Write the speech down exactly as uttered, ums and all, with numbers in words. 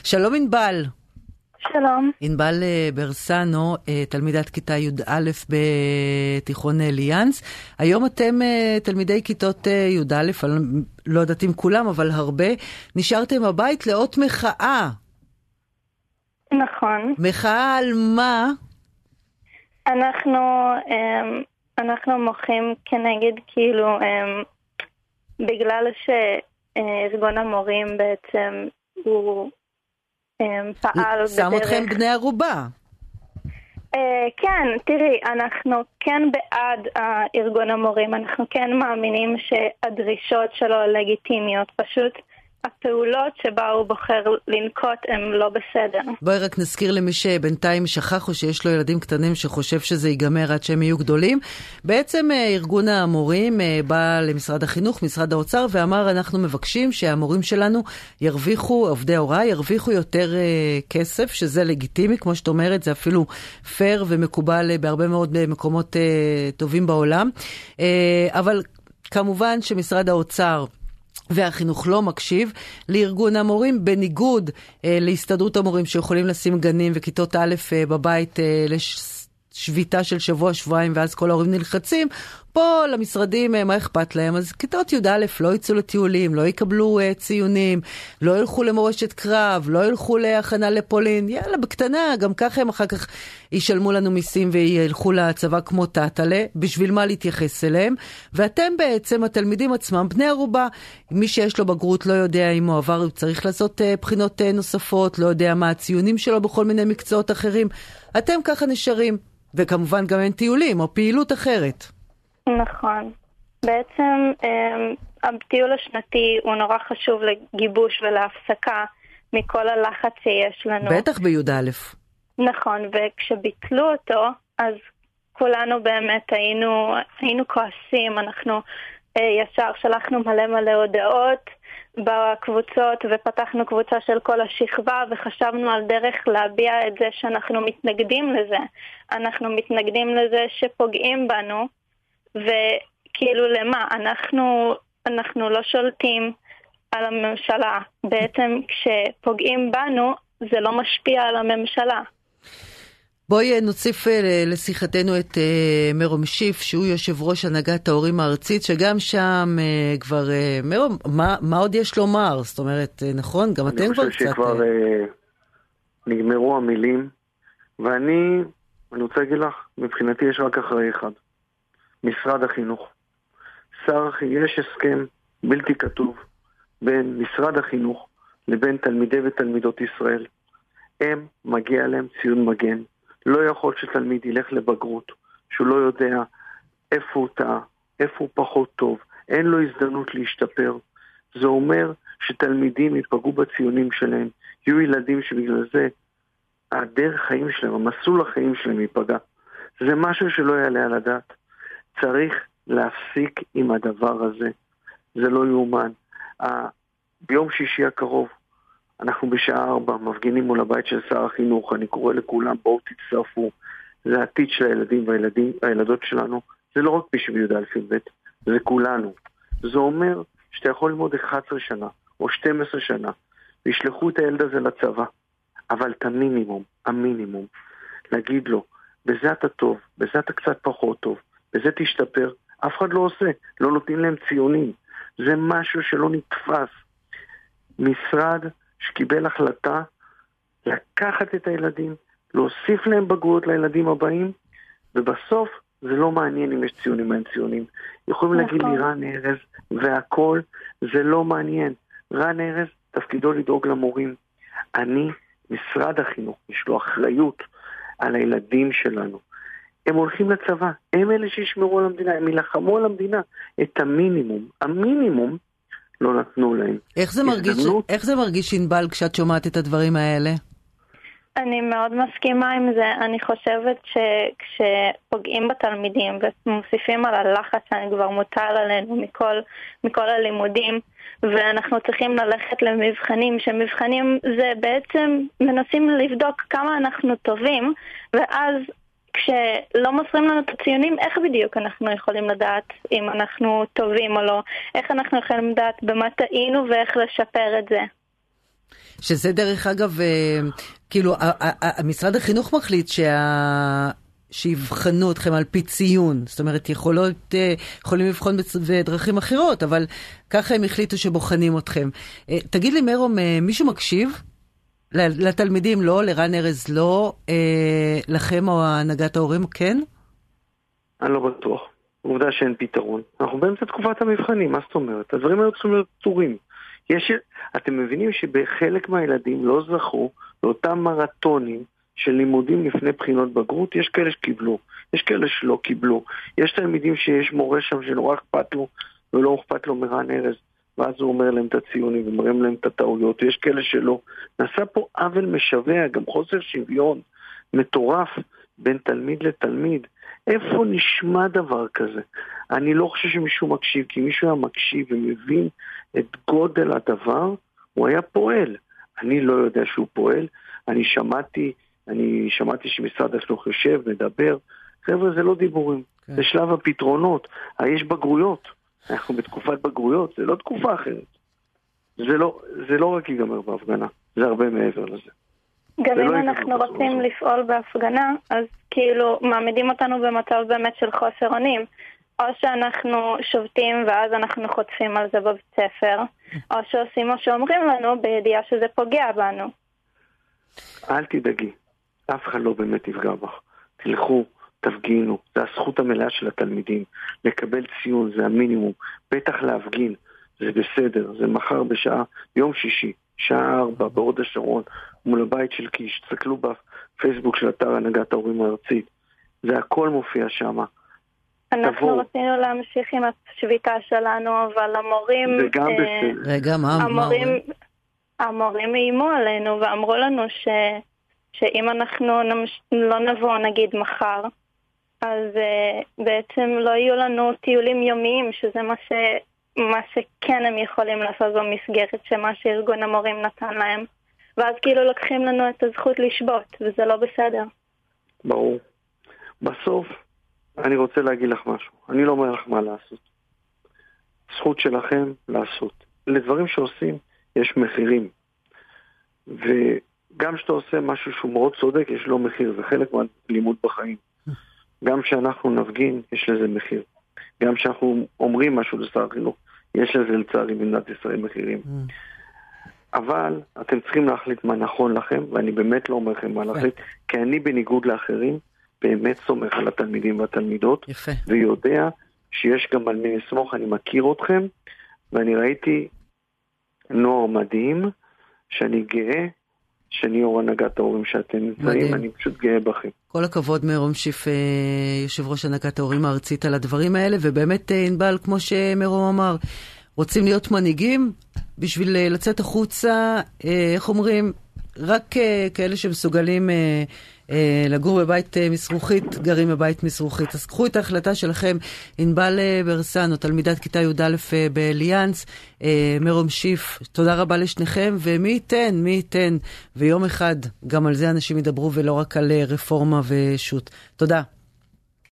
שלום ענבל. שלום. ענבל ברסנו, תלמידת כיתה י"א בתיכון אליאנס. היום אתם תלמידי כיתות י"א, לא יודעת אם כולם, אבל הרבה, נשארתם הבית לאות מחאה. נכון. מחאה על מה? אנחנו, אנחנו מוחים כנגד כאילו, בגלל שארגון המורים בעצם הוא פעל שם בדרך... אתכם בני ערובה. Uh, כן, תראי, אנחנו כן בעד ארגון המורים, אנחנו כן מאמינים שהדרישות שלו לגיטימיות, פשוט הפעולות שבה הוא בוחר לנקוט הם לא בסדר. בואי רק נזכיר למי שבינתיים שכח או שיש לו ילדים קטנים שחושב שזה ייגמר עד שהם יהיו גדולים. בעצם ארגון המורים בא למשרד החינוך, משרד האוצר, ואמר אנחנו מבקשים שהמורים שלנו ירוויחו, עובדי ההוראה ירוויחו יותר כסף, שזה לגיטימי, כמו שאת אומרת, זה אפילו פייר ומקובל בהרבה מאוד מקומות טובים בעולם. אבל כמובן שמשרד האוצר והחינוך לא מקשיב לארגון המורים, בניגוד אה, להסתדרות המורים שיכולים לשים גנים וכיתות א' אה, בבית אה, לשביתה של שבוע, שבועיים, ואז כל ההורים נלחצים. פה למשרדים, אה, מה אכפת להם? אז כיתות י"א לא יצאו לטיולים, לא יקבלו אה, ציונים, לא ילכו למורשת קרב, לא ילכו להכנה לפולין. יאללה, בקטנה, גם ככה הם אחר כך ישלמו לנו מיסים וילכו לצבא כמו טאטלה, בשביל מה להתייחס אליהם. ואתם בעצם, התלמידים עצמם, בני ערובה, מי שיש לו בגרות לא יודע אם הוא עבר, הוא צריך לעשות uh, בחינות uh, נוספות, לא יודע מה הציונים שלו בכל מיני מקצועות אחרים. אתם ככה נשארים, וכמובן גם אין טיולים או פעילות אחרת. נכון. בעצם הטיול השנתי הוא נורא חשוב לגיבוש ולהפסקה מכל הלחץ שיש לנו. בטח בי"א. נכון, וכשביטלו אותו, אז כולנו באמת היינו, היינו כועסים, אנחנו ישר שלחנו מלא מלא הודעות בקבוצות, ופתחנו קבוצה של כל השכבה, וחשבנו על דרך להביע את זה שאנחנו מתנגדים לזה. אנחנו מתנגדים לזה שפוגעים בנו, וכאילו למה? אנחנו, אנחנו לא שולטים על הממשלה. בעצם כשפוגעים בנו, זה לא משפיע על הממשלה. בואי נוסיף לשיחתנו את מרום שיף, שהוא יושב ראש הנהגת ההורים הארצית, שגם שם כבר, מרום, מה, מה עוד יש לומר? זאת אומרת, נכון, גם אתם כבר קצת... אני חושב שכבר נגמרו המילים, ואני, אני רוצה להגיד לך, מבחינתי יש רק אחראי אחד. משרד החינוך. שר, יש הסכם בלתי כתוב בין משרד החינוך לבין תלמידי ותלמידות ישראל. הם מגיע להם ציון מגן. לא יכול שתלמיד ילך לבגרות, שהוא לא יודע איפה הוא טעה, איפה הוא פחות טוב, אין לו הזדמנות להשתפר. זה אומר שתלמידים ייפגעו בציונים שלהם, יהיו ילדים שבגלל זה הדרך חיים שלהם, המסלול החיים שלהם ייפגע. זה משהו שלא יעלה על הדעת. צריך להפסיק עם הדבר הזה. זה לא יאומן. ביום שישי הקרוב, אנחנו בשעה ארבע, מפגינים מול הבית של שר החינוך, אני קורא לכולם, בואו תצטרפו. זה העתיד של הילדים והילדות שלנו. זה לא רק בשביל י"א ב', זה כולנו. זה אומר שאתה יכול ללמוד אחת עשרה שנה, או שתים עשרה שנה, וישלחו את הילד הזה לצבא. אבל את המינימום, המינימום, להגיד לו, בזה אתה טוב, בזה אתה קצת פחות טוב, בזה תשתפר, אף אחד לא עושה, לא נותנים להם ציונים. זה משהו שלא נתפס. משרד שקיבל החלטה לקחת את הילדים, להוסיף להם בגרות לילדים הבאים, ובסוף זה לא מעניין אם יש ציונים או אין ציונים. יכולים להגיד לי רן ארז והכל, זה לא מעניין. רן ארז תפקידו לדאוג למורים. אני, משרד החינוך, יש לו אחריות על הילדים שלנו. הם הולכים לצבא, הם אלה שישמרו על המדינה, הם ילחמו על המדינה. את המינימום, המינימום לא נתנו להם. איך זה מרגיש, איך זה מרגיש ענבל כשאת שומעת את הדברים האלה? אני מאוד מסכימה עם זה. אני חושבת שכשפוגעים בתלמידים ומוסיפים על הלחץ שכבר מוטל עלינו מכל, מכל הלימודים, ואנחנו צריכים ללכת למבחנים, שמבחנים זה בעצם מנסים לבדוק כמה אנחנו טובים, ואז כשלא מוסרים לנו את הציונים, איך בדיוק אנחנו יכולים לדעת אם אנחנו טובים או לא? איך אנחנו יכולים לדעת במה טעינו ואיך לשפר את זה? שזה דרך אגב, כאילו, משרד החינוך מחליט שה... שיבחנו אתכם על פי ציון, זאת אומרת, יכולות, יכולים לבחון בדרכים אחרות, אבל ככה הם החליטו שבוחנים אתכם. תגיד לי, מרום, מישהו מקשיב? לתלמידים לא, לרן ארז לא, לכם או הנהגת ההורים כן? אני לא בטוח. עובדה שאין פתרון. אנחנו באמצע תקופת המבחנים, מה זאת אומרת? הדברים היו צריכים להיות פתורים. יש, אתם מבינים שבחלק מהילדים לא זכו לאותם מרתונים של לימודים לפני בחינות בגרות, יש כאלה שקיבלו, יש כאלה שלא קיבלו, יש תלמידים שיש מורה שם שנורא אכפת לו ולא אכפת לו מרן ארז, ואז הוא אומר להם את הציונים ומראים להם את הטעויות, יש כאלה שלא. נעשה פה עוול משווה, גם חוסר שוויון מטורף בין תלמיד לתלמיד. איפה נשמע דבר כזה? אני לא חושב שמישהו מקשיב, כי מישהו היה מקשיב ומבין את גודל הדבר, הוא היה פועל. אני לא יודע שהוא פועל, אני שמעתי, אני שמעתי שמשרד החינוך יושב, מדבר, חבר'ה, זה לא דיבורים, כן. זה שלב הפתרונות, יש בגרויות, אנחנו בתקופת בגרויות, זה לא תקופה אחרת. זה לא, זה לא רק ייגמר בהפגנה, זה הרבה מעבר לזה. גם אם אנחנו רוצים לפעול בהפגנה, אז כאילו מעמידים אותנו במצב באמת של חוסר אונים. או שאנחנו שובתים ואז אנחנו חוטפים על זה בבית ספר, או שעושים מה שאומרים לנו בידיעה שזה פוגע בנו. אל תדאגי, אף אחד לא באמת יפגע בך. תלכו, תפגינו, זה הזכות המלאה של התלמידים. לקבל ציון, זה המינימום. בטח להפגין, זה בסדר. זה מחר בשעה, יום שישי, שעה ארבע, בהוד השרון, מול הבית של קיש. תסתכלו בפייסבוק של אתר הנהגת ההורים הארצית. זה הכל מופיע שם. אנחנו תבוא. רצינו להמשיך עם השביתה שלנו, אבל המורים... זה גם אה, בסדר. רגע, מה? המורים, המורים איימו עלינו ואמרו לנו ש, שאם אנחנו נמש, לא נבוא נגיד מחר, אז uh, בעצם לא יהיו לנו טיולים יומיים, שזה מה, ש, מה שכן הם יכולים לעשות במסגרת, שמה שארגון המורים נתן להם. ואז כאילו לוקחים לנו את הזכות לשבות, וזה לא בסדר. ברור. בסוף, אני רוצה להגיד לך משהו. אני לא אומר לך מה לעשות. זכות שלכם לעשות. לדברים שעושים, יש מחירים. וגם שאתה עושה משהו שהוא מאוד צודק, יש לו מחיר. זה חלק מהלימוד בחיים. גם שאנחנו נפגין, יש לזה מחיר. גם שאנחנו אומרים משהו לשר החינוך, יש לזה לצערי במדינת ישראל מחירים. אבל אתם צריכים להחליט מה נכון לכם, ואני באמת לא אומר לכם מה להחליט, כי אני בניגוד לאחרים, באמת סומך על התלמידים והתלמידות, יפה. ויודע שיש גם על מי לסמוך, אני מכיר אתכם, ואני ראיתי נוער מדהים, שאני גאה, שאני יו"ר הנהגת ההורים שאתם נמצאים, אני פשוט גאה בכם. כל הכבוד מרום שיף, יושב ראש הנהגת ההורים הארצית על הדברים האלה, ובאמת ענבל, כמו שמרום אמר, רוצים להיות מנהיגים, בשביל לצאת החוצה, איך אומרים, רק כאלה שמסוגלים לגור בבית מסרוחית, גרים בבית מסרוחית. אז קחו את ההחלטה שלכם, ענבל ברסנו, תלמידת כיתה י"א באליאנס, מרום שיף, תודה רבה לשניכם, ומי ייתן, מי ייתן, ויום אחד גם על זה אנשים ידברו ולא רק על רפורמה ושוט. תודה.